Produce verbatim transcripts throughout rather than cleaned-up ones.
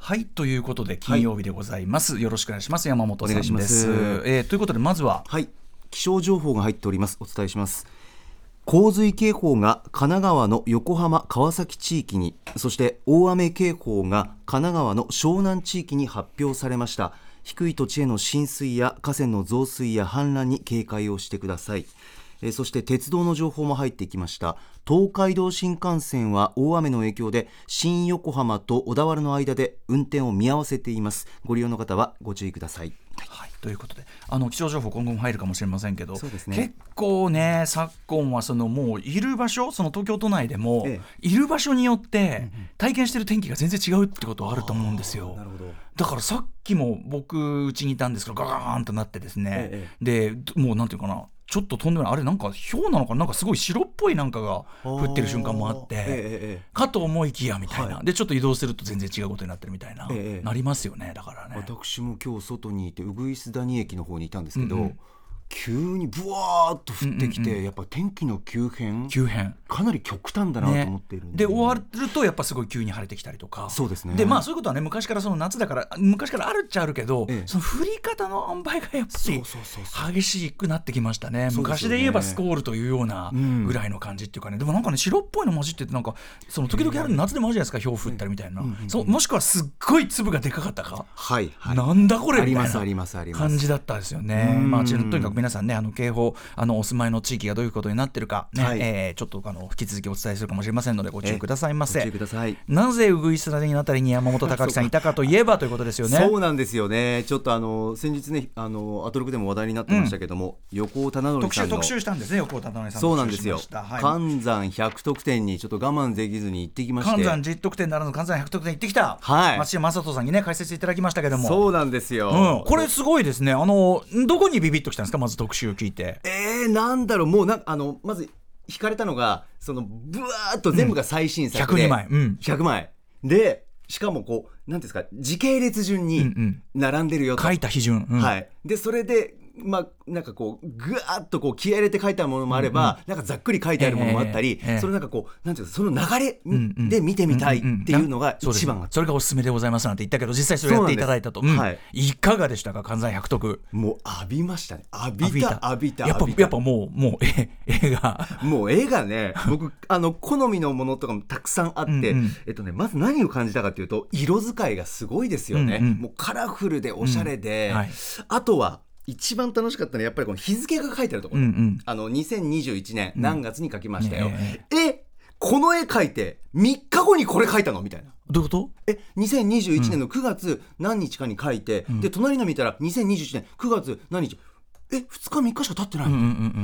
はいということで金曜日でございます、はい、よろしくお願いします。山本さんです。 お願いします。 えー、ということでまずは、 はい、気象情報が入っております。お伝えします。洪水警報が神奈川の横浜川崎地域に、そして大雨警報が神奈川の湘南地域に発表されました。低い土地への浸水や河川の増水や氾濫に警戒をしてください。えそして鉄道の情報も入ってきました。東海道新幹線は大雨の影響で新横浜と小田原の間で運転を見合わせています。ご利用の方はご注意ください。 はい、ということであの気象情報今後も入るかもしれませんけど、 そうですね、 結構ね昨今はそのもういる場所、その東京都内でも、ええ、いる場所によって体験してる天気が全然違うってことはあると思うんですよ。 なるほど。 だからさっきも僕うちにいたんですけどガーンとなってですね、 ええ、 でもうなんていうかな、ちょっととんでもないあれなんか氷なのかなんかすごい白っぽいなんかが降ってる瞬間もあって、ええ、かと思いきやみたいな、はい、でちょっと移動すると全然違うことになってるみたいな、ええ、なりますよね。だからね、 私も今日外にいてウグイス谷駅の方にいたんですけど、うんうん、急にブワーっと降ってきて、うんうんうん、やっぱ天気の急変急変かなり極端だなと思っているんで,、ね、で終わるとやっぱすごい急に晴れてきたりとか。 そうですね。 でまあそういうことはね昔からその夏だから昔からあるっちゃあるけど、ええ、その降り方の塩梅がやっぱり激しくなってきましたね。昔で言えばスコールというようなぐらいの感じっていうかね、うん、でもなんかね白っぽいの混じっててなんかその時々ある夏でもあるじゃないですか、氷降ったりみたいな、うんうんうん、そうもしくはすっごい粒がでかかったか、 はいはい、 なんだこれみたいな感じだったんですよね。まあ、とにかく皆さんねあの警報あのお住まいの地域がどういうことになってるか、ね、はい、えー、ちょっとあの引き続きお伝えするかもしれませんのでご注意くださいませ。 ご注意ください。 なぜウグイス谷のあたりに山本隆明さんいたかといえばということですよね。 そうなんですよね。ちょっとあの先日ねあのアトロクでも話題になってましたけども、うん、横尾忠則さんの特集特集したんですね。横尾忠則さんそうなんですよ、 はい、 関山ひゃく得点にちょっと我慢できずに行ってきまして、 関山じゅう得点ならぬ関山ひゃく得点行ってきた、 はい、 松島正人さんにね解説いただきましたけども。 そうなんですよ、 うん、これすごいですね。あのどこにビビッときたんですか、まず特集を聞いて。 えー、なんだろう、もうなあのまず引かれたのがそのブワーっと全部が最新作で、 うん、ひゃくにまい、うん、 ひゃくまいで、しかもこうなんですか時系列順に並んでるよと、 うんうん、書いた批准、うん、 はい、でそれでまあ、なんかこうぐわーっとこう気合い入れて書いてあるものもあれば、うんうん、なんかざっくり書いてあるものもあったり、えーえー、それなんかこうなんていうかその流れで見てみたいっていうのが一番、 うんうん、それがおすすめでございますなんて言ったけど実際それやっていただいたと、うん、はい、いかがでしたか関西百得。 もう浴びましたね。浴びた浴びたやっぱやっぱもうもう絵がもう絵がね僕あの好みのものとかもたくさんあって、うん、うん、えっとね、まず何を感じたかというと色使いがすごいですよね、うんうん、もうカラフルでおしゃれで、うん、はい、あとは一番楽しかったのはやっぱりこの日付が書いてあるところ、うんうん、あのにせんにじゅういちねん何月に書きましたよ、うん、えー、えこの絵描いてみっかごにこれ描いたのみたいな。 どういうこと？ えにせんにじゅういちねんのくがつ何日かに描いて、うん、で隣の見たらにせんにじゅういちねんくがつ何日、えふつかみっかしか経ってない、うんうんうん、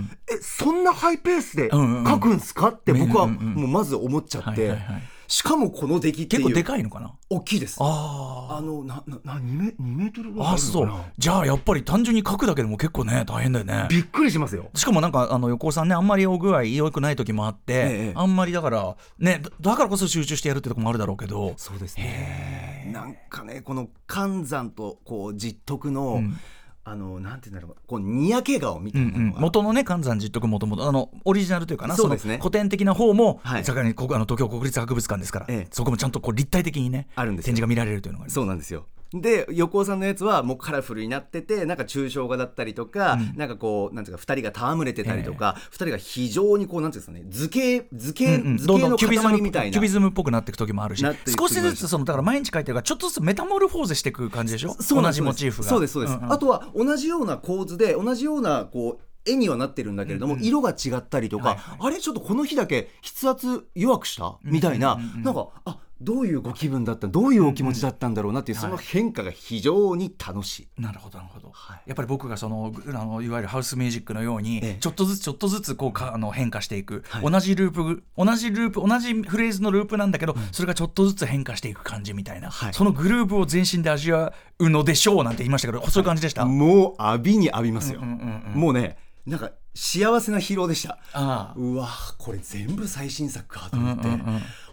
えそんなハイペースで描くんすかって僕はもうまず思っちゃって、しかもこの出来っていう結構でかいのかな。 大きいです。 ああのななな 2, メにメートルぐらいあるのかな。 あそうじゃあやっぱり単純に書くだけでも結構ね大変だよね。 びっくりしますよ。 しかもなんかあの横尾さんねあんまりお具合良くない時もあって、ええ、あんまりだからねだからこそ集中してやるってとこもあるだろうけど。 そうですね。なんかねこの関山とこう実徳の、うん、あのなんていうんだろうこうにやけ顔みたいなのが、うんうん、 元のね関山実徳もともとあのオリジナルというかな、そうですね、その古典的な方も、はい、さらにここあの東京国立博物館ですから、ええ、そこもちゃんとこう立体的にねあるんです展示が見られるというのがあります。 そうなんですよ。で横尾さんのやつはもうカラフルになっててなんか抽象画だったりとか、うん、なんかこうなんていうかふたりが戯れてたりとか、えー、ふたりが非常にこうなんていうんですかね図形図形、うんうん、図形の塊みたいなキュビズムっぽくなっていく時もあるし少しずつそのだから毎日描いてるからちょっとずつメタモルフォーゼしていく感じでしょ。同じモチーフがそうですそうです、うんうん、あとは同じような構図で同じようなこう絵にはなってるんだけれども、うんうん、色が違ったりとか、はいはい、あれちょっとこの日だけ筆圧弱くしたみたいな、うんうんうんうん、なんかあどういうご気分だったどういうお気持ちだったんだろうなっていう、うんうん、その変化が非常に楽しい、 はい、なるほどなるほど、はい、やっぱり僕がそのあのいわゆるハウスミュージックのように、ええ、ちょっとずつちょっとずつこうかあの変化していく、はい、同じループ同じループ同じフレーズのループなんだけど、うん、それがちょっとずつ変化していく感じみたいな、はい、そのグループを全身で味わうのでしょうなんて言いましたけど、はい、そういう感じでした。 もう浴びに浴びますよ、うんうんうんうん、もうねなんか幸せな疲労でした。ああうわこれ全部最新作かと思って、うんうんうん、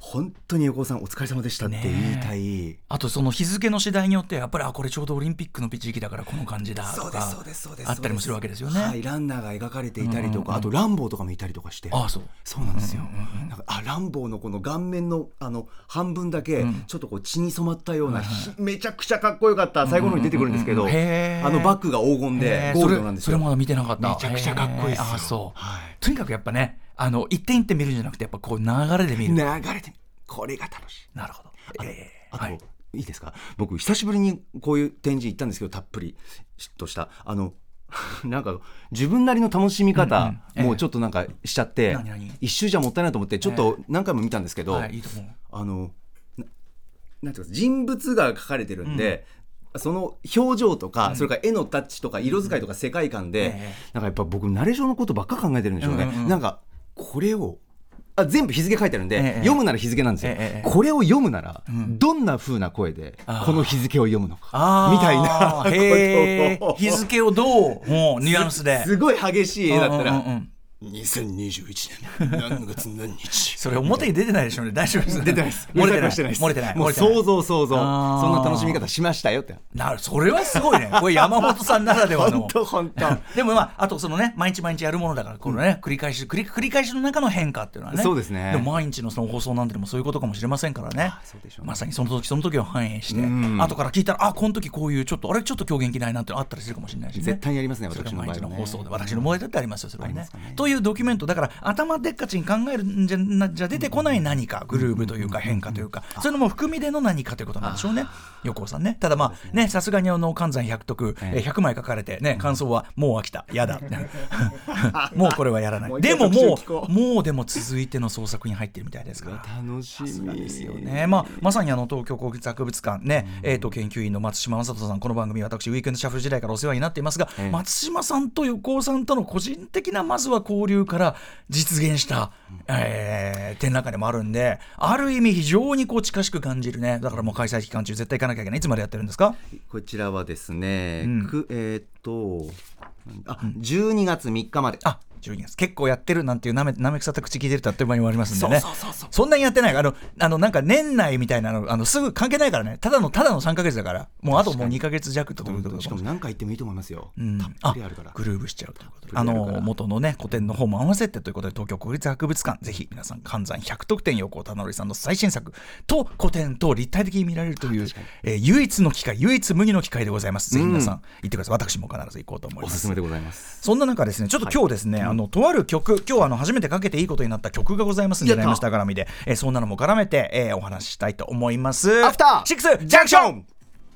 本当に横尾さんお疲れ様でしたって言いたい、 ね、あとその日付の次第によってやっぱりあこれちょうどオリンピックの時期だからこの感じだとかあったりもするわけですよね。 はい、ランナーが描かれていたりとか、うんうんうん、あとランボーとかもいたりとかして、 ああそうそうなんですよ、うんうんうん、なんかあランボーのこの顔面のあの半分だけちょっとこう血に染まったような、うん、めちゃくちゃかっこよかった最後のに出てくるんですけど、うんうんうん、あのバックが黄金でゴールドなんですよ。 それ、それまだ見てなかった。 めちゃくちゃかっこいいですよ。 あそう、はい、とにかくやっぱねあの一点一点見るんじゃなくてやっぱこう流れで見る、 流れでこれが楽しい。 なるほど。 あ, えー、あと、はい、いいですか、僕久しぶりにこういう展示行ったんですけどたっぷりとしたあのなんか自分なりの楽しみ方、うんうんえー、もうちょっとなんかしちゃって何何一周じゃもったいないと思ってちょっと何回も見たんですけど、 えーはい、いいと思う。 あのななんていうか人物が描かれてるんで、うん、その表情とか、うん、それから絵のタッチとか色使いとか世界観で、うんえー、なんかやっぱ僕ナレーションのことばっか考えてるんでしょうね、うんうんうん、なんかこれをあ全部日付書いてあるんで、ええ、読むなら日付なんですよ、ええ、これを読むなら、うん、どんな風な声でこの日付を読むのかみたいなことを日付をどうもうニュアンスですごい激しい絵だったら、 うんうんうんにせんにじゅういちねん何月何日それ表に出てないでしょうね。大丈夫です。 出てないです。 漏れてないしてないです。 漏れてない。 もう想像想像そんな楽しみ方しましたよって。 なるそれはすごいね。これ山本さんならではの。 本当本当。 でもまああとそのね毎日毎日やるものだからこのね、うん、繰り返し繰り繰り返しの中の変化っていうのはね。 そうですね。 でも毎日のその放送なんてのもそういうことかもしれませんからね。 そうでしょうね。 まさにその時その時を反映して、うん、後から聞いたらあこの時こういうちょっとあれちょっと狂言嫌いなんてあったりするかもしれないしね。 絶対にありますね。 私の場合はね。毎日の放送で私の場合だってありますよそれはね。というドキュメントだから頭でっかちに考えるんじ ゃ, じゃ出てこない何かグルーブというか変化というかそういうのも含みでの何かということなんでしょうね横尾さんね。ただまあねさすがにあの関山百徳、えー、ひゃくまい書かれてね感想はもう飽きたやだもうこれはやらないでももうもうでも続いての創作に入ってるみたいですから楽しみですよね。まあまさにあの東京国立博物館ね、うんえー、と研究員の松島正人さんこの番組私ウィークエンドシャッフル時代からお世話になっていますが、えー、松島さんと横尾さんとの個人的なまずは交流から実現した、うんえー、展覧会でもあるんである意味非常にこう近しく感じるね。だからもう開催期間中絶対行かなきゃいけない。いつまでやってるんですか。 こちらはですね、うん、くえー、っとあ、 うん、 じゅうにがつみっかまで。 あじゅうにがつ結構やってるなんていうなめ、なめくさった口聞いてるとあっという間に終わりますんでね。 そうそうそうそうそんなにやってないあのあのなんか年内みたいなのあのすぐ関係ないからね。ただのただのさんかげつだからもうあともうにかげつ弱ということでしかも何回行ってもいいと思いますよ、 うん、 たっぷりあるからグルーブしちゃうということであの元のね古典の方も合わせてということで東京国立博物館ぜひ皆さん関山百得点横尾忠則さんの最新作と古典と立体的に見られるという、えー、唯一の機会唯一無二の機会でございます。ぜひ皆さん行ってください。私も必ず行こうと思います。 おすすめでございます。 そんな中ですねちょっと今日ですね、はい、あのとある曲今日はあの初めてかけていいことになった曲がございますんでライムスター絡みで、えー、そんなのも絡めて、えー、お話ししたいと思います。 アフターシックスジャンクション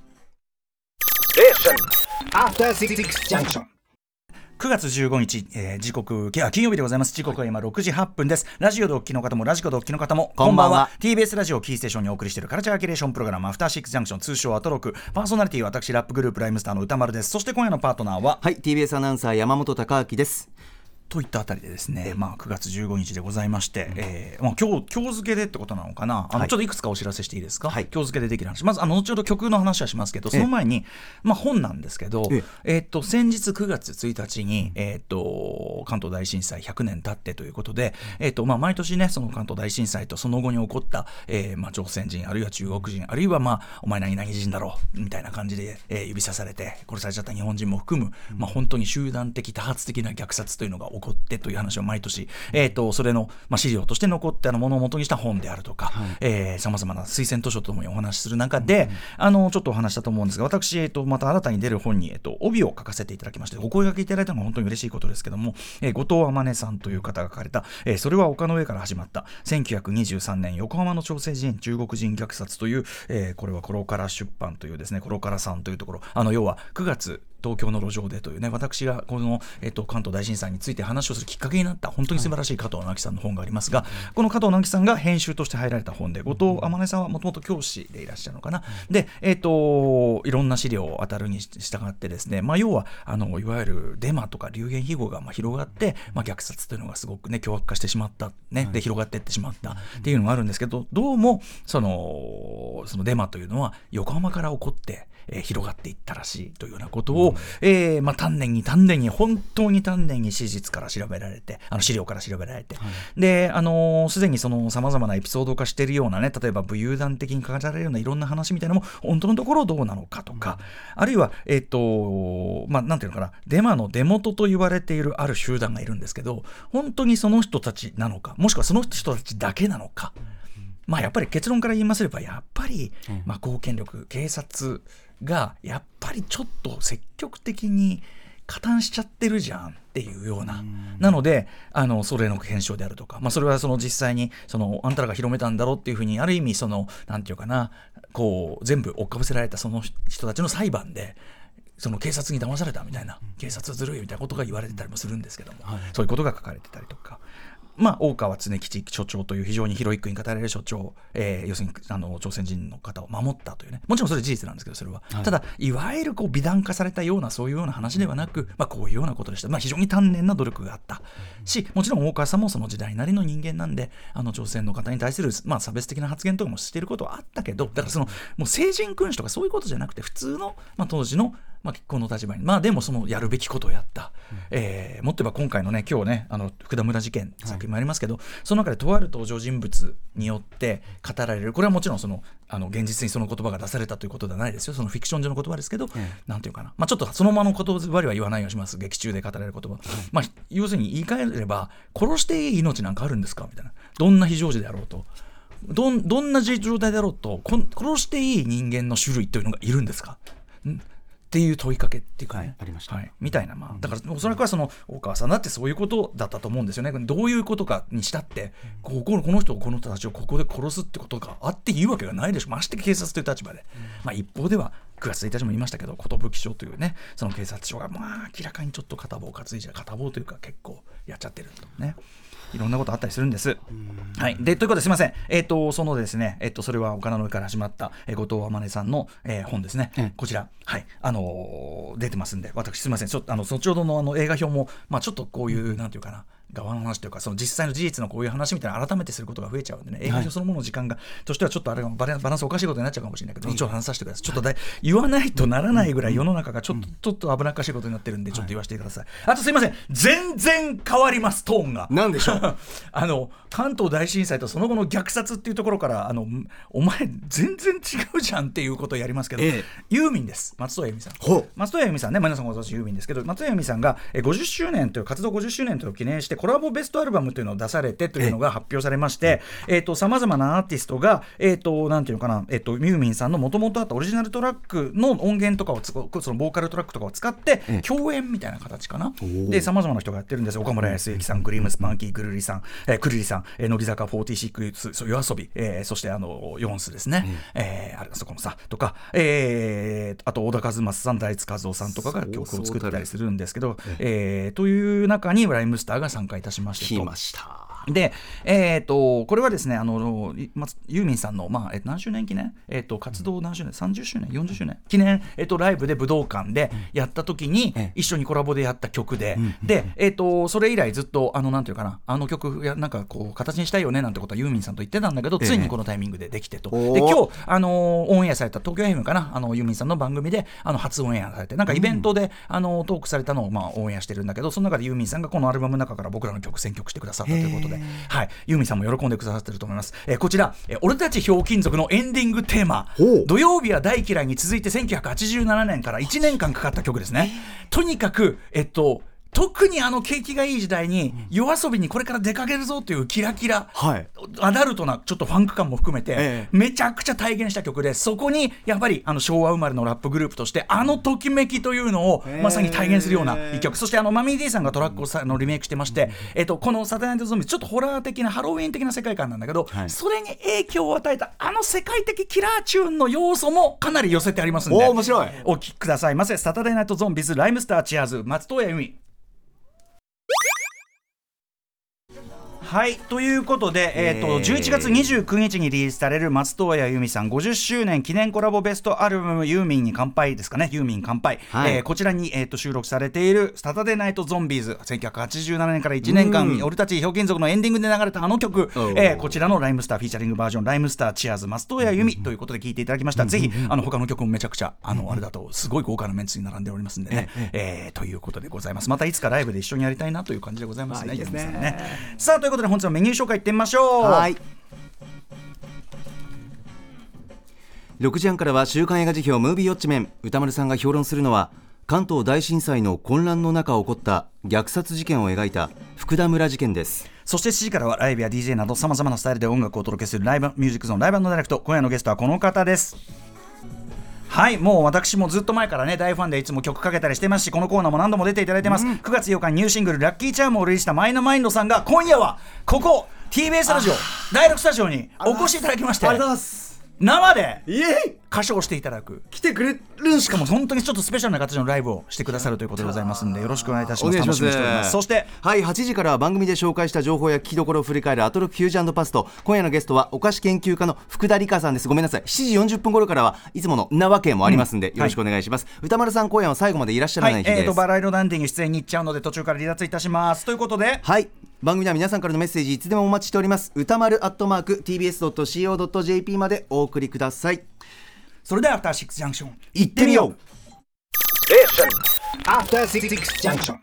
アフターシックスジャンクションくがつじゅうごにち、えー、時刻金曜日でございます。時刻は今ろくじはっぷんです。ラジオでお聞きの方もラジコでお聞きの方もこんばんは。 ティービーエス ラジオキーステーションにお送りしているカルチャーキュレーションプログラムアフターシックスジャンクション通称アトロク。パーソナリティは私ラップグループライムスターの歌丸です。そして今夜のパートナーははい ティービーエス アナウンサー山本貴明です。 といったあたりでですね、まあ、くがつじゅうごにちでございまして、うんえーまあ、今日今日付けでってことなのかなあの、はい、ちょっといくつかお知らせしていいですか、はい、今日付けでできる話まずあの後ほど曲の話はしますけどその前に、まあ、本なんですけど、ええー、っと先日くがつついたちに、えー、っと関東大震災ひゃくねん経ってということで、えーっとまあ、毎年ねその関東大震災とその後に起こった、えーまあ、朝鮮人あるいは中国人あるいは、まあ、お前何々人だろうみたいな感じで、えー、指さされて殺されちゃった日本人も含む、うんまあ、本当に集団的多発的な虐殺というのが起こってという話を毎年、えー、とそれの、まあ、資料として残ってあるものを元にした本であるとかさまざまな推薦図書ともにお話しする中で、うん、あのちょっとお話したと思うんですが私、えー、とまた新たに出る本に、えー、と帯を書かせていただきましてお声掛けいただいたのが本当に嬉しいことですけども、えー、後藤天音さんという方が書かれた、えー、それは丘の上から始まったせんきゅうひゃくにじゅうさんねん横浜の朝鮮人中国人虐殺という、えー、これはコロカラ出版というですねコロカラさんというところあの要はくがつ東京の路上でというね私がこの、えっと、関東大震災について話をするきっかけになった本当に素晴らしい加藤直樹さんの本がありますが、はい、この加藤直樹さんが編集として入られた本で後藤天音さんはもともと教師でいらっしゃるのかな、うん、で、えっと、いろんな資料を当たるに従ってですね、まあ、要はあのいわゆるデマとか流言飛語がまあ広がって、まあ、虐殺というのがすごくね凶悪化してしまった、ねはい、で広がっていってしまったっていうのがあるんですけどどうもその、そのデマというのは横浜から起こってえー、広がっていったらしいというようなことを、うんえーまあ、丹念に丹念に本当に丹念に史実から調べられて、あの資料から調べられて、はい、で、あのー、すでにその様々なエピソード化しているようなね、例えば武勇伝的に書かれるようないろんな話みたいなのも本当のところどうなのかとか、うん、あるいはえっ、ー、とまあなんていうのかな、デマの出元と言われているある集団がいるんですけど、本当にその人たちなのか、もしくはその人たちだけなのか、まあやっぱり結論から言いますれば、やっぱり、まあ、公権力警察がやっぱりちょっと積極的に加担しちゃってるじゃんっていうような、なのであのそれの検証であるとか、まあ、それはその実際にそのあんたらが広めたんだろうっていうふうに、ある意味そのなんていうかな、こう全部追っかぶせられたその人たちの裁判で、その警察に騙されたみたいな、警察ずるいみたいなことが言われてたりもするんですけども、はい、そういうことが書かれてたりとか、まあ、大川常吉所長という非常にヒロイックに語られる所長、えー、要するにあの朝鮮人の方を守ったというね、もちろんそれ事実なんですけど、それは、はい、ただいわゆるこう美談化されたようなそういうような話ではなく、まあ、こういうようなことでした。まあ、非常に丹念な努力があったし、もちろん大川さんもその時代なりの人間なんで、あの朝鮮の方に対する、まあ、差別的な発言とかもしていることはあったけど、だからそのもう聖人君主とかそういうことじゃなくて、普通の、まあ、当時のまあ、この立場に、まあでもそのやるべきことをやった、うんえー、もっと言えば今回のね、今日ね、あの福田村事件さっきもありますけど、はい、その中でとある登場人物によって語られる、これはもちろんそのあの現実にその言葉が出されたということではないですよ、そのフィクション上の言葉ですけど、うん、なんていうかな、まあ、ちょっとそのままの言葉は言わないようにします。劇中で語られる言葉、うんまあ、要するに言い換えれば、殺していい命なんかあるんですかみたいな、どんな非常時であろうと、どん、どんな状態であろうと、殺していい人間の種類というのがいるんですかんっていう問いかけっていうかね、はい、 ありました、 はい、みたいな、まあ、だからおそらくはその大川さんだってそういうことだったと思うんですよね。どういうことかにしたって、こここの人をこの人たちをここで殺すってことがあっていいわけがないでしょ。まして警察という立場で、まあ、一方ではくがつついたちも言いましたけど、寿署というね、その警察署がまあ明らかにちょっと片棒担いじゃ片棒というか結構やっちゃってるとね、いろんなことあったりするんです。はい、でということですいません、えー、とそのですね、えー、とそれは岡田の上から始まった、えー、後藤天音さんの、えー、本ですね、うん、こちら、はいあのー、出てますんで、私すいません、ちょっとあの後ほどのあの映画表も、まあ、ちょっとこういう、うん、なんていうかな、側の話というか、その実際の事実のこういう話みたいな改めてすることが増えちゃうんでね、映画表そのものの時間が、はい、としてはちょっとあれがバランスおかしいことになっちゃうかもしれないけど、ちょっと話させてください。ちょっとだい言わないとならないぐらい世の中がちょっと、うん、ちょっと危なっかしいことになってるんで、ちょっと言わせてください、はい、あとすいません、全然変わります、トーンが。 なんでしょうあの関東大震災とその後の虐殺っていうところから、あのお前全然違うじゃんっていうことをやりますけど、ええ、ユーミンです。松任谷由実さん。松任谷由実さんね、皆さんご存知ユーミンですけど、松任谷由実さんがごじゅっしゅうねんという活動ごじゅっしゅうねんというのを記念してコラボベストアルバムというのを出されてというのが発表されまして、えーと、様々なアーティストが、えーと、なんていうのかな、えーと、ユーミンさんの元々あったオリジナルトラックの音源とかをつそのボーカルトラックとかを使って共演みたいな形かな、で様々な人がやってるんですよ。岡村康之さん、クリームスパンキー、くるりさん、えー、くるりさん、えー、乃木坂フォーティーシックス、そう夜遊び、えー、そしてあのヨンスですね、うんえー、あれそこのさとか、えー、あと小田和正さん、大津和夫さんとかが曲を作ったりするんですけど、えー、という中にライムスターが参加いたしましてと。 来ましたで、えー、とこれはですね、あのユーミンさんの、まあ、え何周年記念、えー、と活動何周年、さんじゅっしゅうねん、よんじゅっしゅうねん記念、えー、とライブで武道館でやった時に、うん、一緒にコラボでやった曲で、うん、で、えー、とそれ以来ずっとあのなんていうかな、あの曲やなんかこう形にしたいよねなんてことはユーミンさんと言ってたんだけど、ついにこのタイミングでできてと、で今日、あのオンエアされた東京 エフエム かな、あのユーミンさんの番組であの初オンエアされて、なんかイベントで、うん、あのトークされたのを、まあ、オンエアしてるんだけど、その中でユーミンさんがこのアルバムの中から僕らの曲選曲してくださったということで、はい、ユーミンさんも喜んでくださってると思います。えー、こちら、えー、俺たちひょうきん族のエンディングテーマ、土曜日は大嫌いに続いてせんきゅうひゃくはちじゅうななねんからいちねんかんかかった曲ですね。とにかく、えっと特にあの景気がいい時代に夜遊びにこれから出かけるぞというキラキラ、はい、アダルトなちょっとファンク感も含めて、ええ、めちゃくちゃ体現した曲で、そこにやっぱりあの昭和生まれのラップグループとしてあのときめきというのをまさに体現するような一曲、えー、そしてあのマミー D さんがトラックをさのリメイクしてまして、うんえっと、このサタデーナイトゾンビちょっとホラー的なハロウィーン的な世界観なんだけど、はい、それに影響を与えたあの世界的キラーチューンの要素もかなり寄せてありますので、 お面白い、 お聴きくださいませ。サタデーナイトゾンビズライムスターチアーズ、松任谷由実。 はいということで、えーとじゅういちがつにじゅうくにちにリリースされる松任谷由実さんごじゅっしゅうねん記念コラボベストアルバムユーミンに乾杯ですかね、ユーミン乾杯、はい、えー、こちらに、えー、と収録されているサタデーナイトゾンビーズ、せんきゅうひゃくはちじゅうななねんからいちねんかん、うん、俺たちひょうきん族のエンディングで流れたあの曲、えー、こちらのライムスターフィーチャリングバージョンライムスターチアーズ松任谷由実ということで聴いていただきました、うん、ぜひあの他の曲もめちゃくちゃあの、うん、あれだとすごい豪華なメンツに並んでおりますんでね、えええー、ということでございます。またいつかライブで一緒にやりたいなという感じでございますね。いいですね。さあということで本日のメニュー紹介いってみましょう。 はい、ろくじはんからは週刊映画辞表ムービーウォッチメン。歌丸さんが評論するのは関東大震災の混乱の中起こった虐殺事件を描いた福田村事件です。 そしてしちじからはライブや ディージェー などさまざまなスタイルで音楽をお届けするライブミュージックゾーンライブ&ダイレクト。今夜のゲストはこの方です。はい、もう私もずっと前からね大ファンでいつも曲かけたりしてますし、このコーナーも何度も出ていただいてます、うん、くがつようかにニューシングルラッキーチャームをリリースしたマイナマインドさんが今夜はここ ティービーエス ラジオだいろくスタジオにお越しいただきまして、 ありがとうございます。 生でイエイ歌唱していただく、 来てくれるんしかも本当にちょっとスペシャルな形のライブをしてくださるということでございますのでよろしくお願いいたします。楽しみにしております。そしてはいはちじからは番組で紹介した情報や聞きどころを振り返るアトロックフュージョンパスト。今夜のゲストはお菓子研究家の福田理香さんです。ごめんなさい、しちじよんじゅっぷん頃からはいつもの縄系もありますんで、うん、よろしくお願いします、はい、歌丸さん今夜は最後までいらっしゃらない日です、はい、えーとバラ色ダンディング出演に行っちゃうので途中から離脱いたしますということで、はい番組では皆さんからのメッセージいつでもお待ちしております。歌丸アットマーク ティービーエスドットシーオードットジェーピー までお送りください。 それではアフターシックスジャンクション行ってみよう。 アフターシックスジャンクション。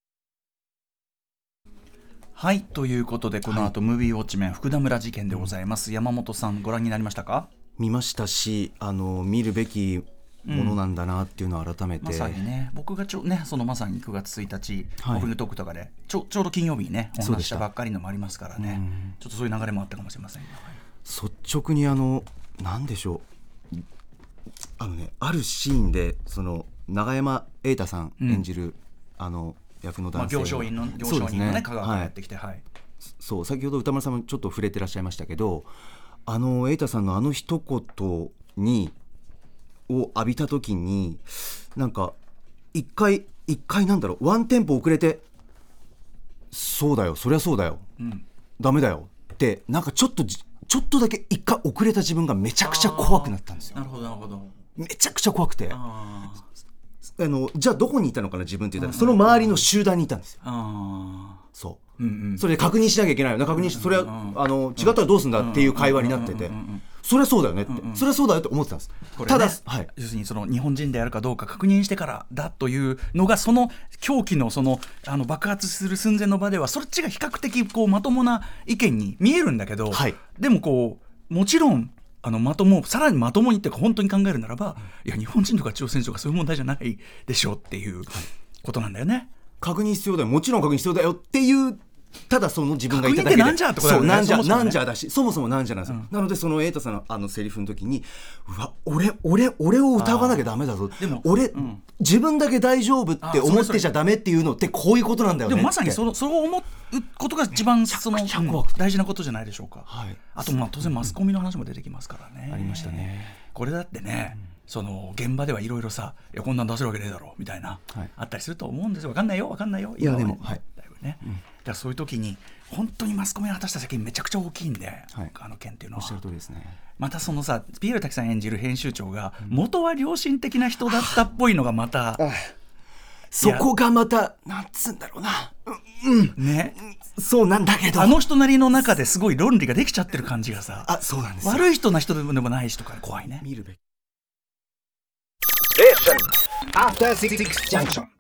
はいということでこの後、はい、ムービーウォッチメン福田村事件でございます、うん、山本さんご覧になりましたか？ 見ましたし、あの見るべきものなんだなっていうのを改めて、 うん、まさにね僕がちょ、ね、そのまさにくがつついたち、はい、オープニングトークとかでち ょ, ちょうど金曜日にねお話したばっかりのもありますからね、うん、ちょっとそういう流れもあったかもしれません、ね、 率直にあのなんでしょうあのねあるシーンでその永山瑛太さん演じる、うん、あの役の男性、 まあ、行商人の行商人のね香川がやってきて、はいはい、 そう先ほど歌丸さんもちょっと触れてらっしゃいましたけど、あの瑛太さんのあの一言にを浴びた時になんか一回一回なんだろうワンテンポ遅れてそうだよそりゃそうだよ、うん、ダメだよってなんかちょっとちょっとだけ一回遅れた自分がめちゃくちゃ怖くなったんですよ。 なるほどなるほど。 めちゃくちゃ怖くてああのじゃあどこにいたのかな自分って言ったらその周りの集団にいたんですよ。あそう、うんうん、それで確認しなきゃいけないよな確認しそれはあの違ったらどうすんだっていう会話になっててそれはそうだよねって、うんうん、それはそうだよって思ってたんです。これね、ただ、はい、 要するにその日本人であるかどうか確認してからだというのがその狂気 の, そのあの爆発する寸前の場ではそっちが比較的こうまともな意見に見えるんだけど、はい、でもこうもちろんあのまともさらにまともにっていうか本当に考えるならば、うん、いや日本人とか朝鮮人とかそういう問題じゃないでしょうっていうことなんだよね、はい、 確認必要だよもちろん確認必要だよっていうただその自分がいただけで確認ってなんじゃってことだよね。 そうなんじゃ、なんじゃだしそもそもなんじゃなんですよ、うん、なのでその瑛太さんのあのセリフの時にうわ俺俺俺を疑わなきゃダメだぞでも俺、うん、自分だけ大丈夫って思ってちゃダメっていうのってこういうことなんだよね。 でもまさにそのそう思うことが一番その、うん、大事なことじゃないでしょうか、はい、あとまあ当然マスコミの話も出てきますからね、うん、 ありましたね。 これだってね、うん、その現場ではいろいろさいやこんなん出せるわけねえだろみたいな、はい、あったりすると思うんですよ。分かんないよ分かんないよいやでも、はいだいぶね、うん、だからそういう時に本当にマスコミが果たした責任めちゃくちゃ大きいんで、はい、あの件っていうのはおっしゃる通りですね。 またそのさピエール滝さん演じる編集長が元は良心的な人だったっぽいのがまた、うん、 そこがまたなんつうんだろうな、うん、ねそうなんだけどあの人なりの中ですごい論理ができちゃってる感じがさあそうなんですよ。 悪い人な人でもない人から怖いね。 見るべきアフターシックスジャンクション。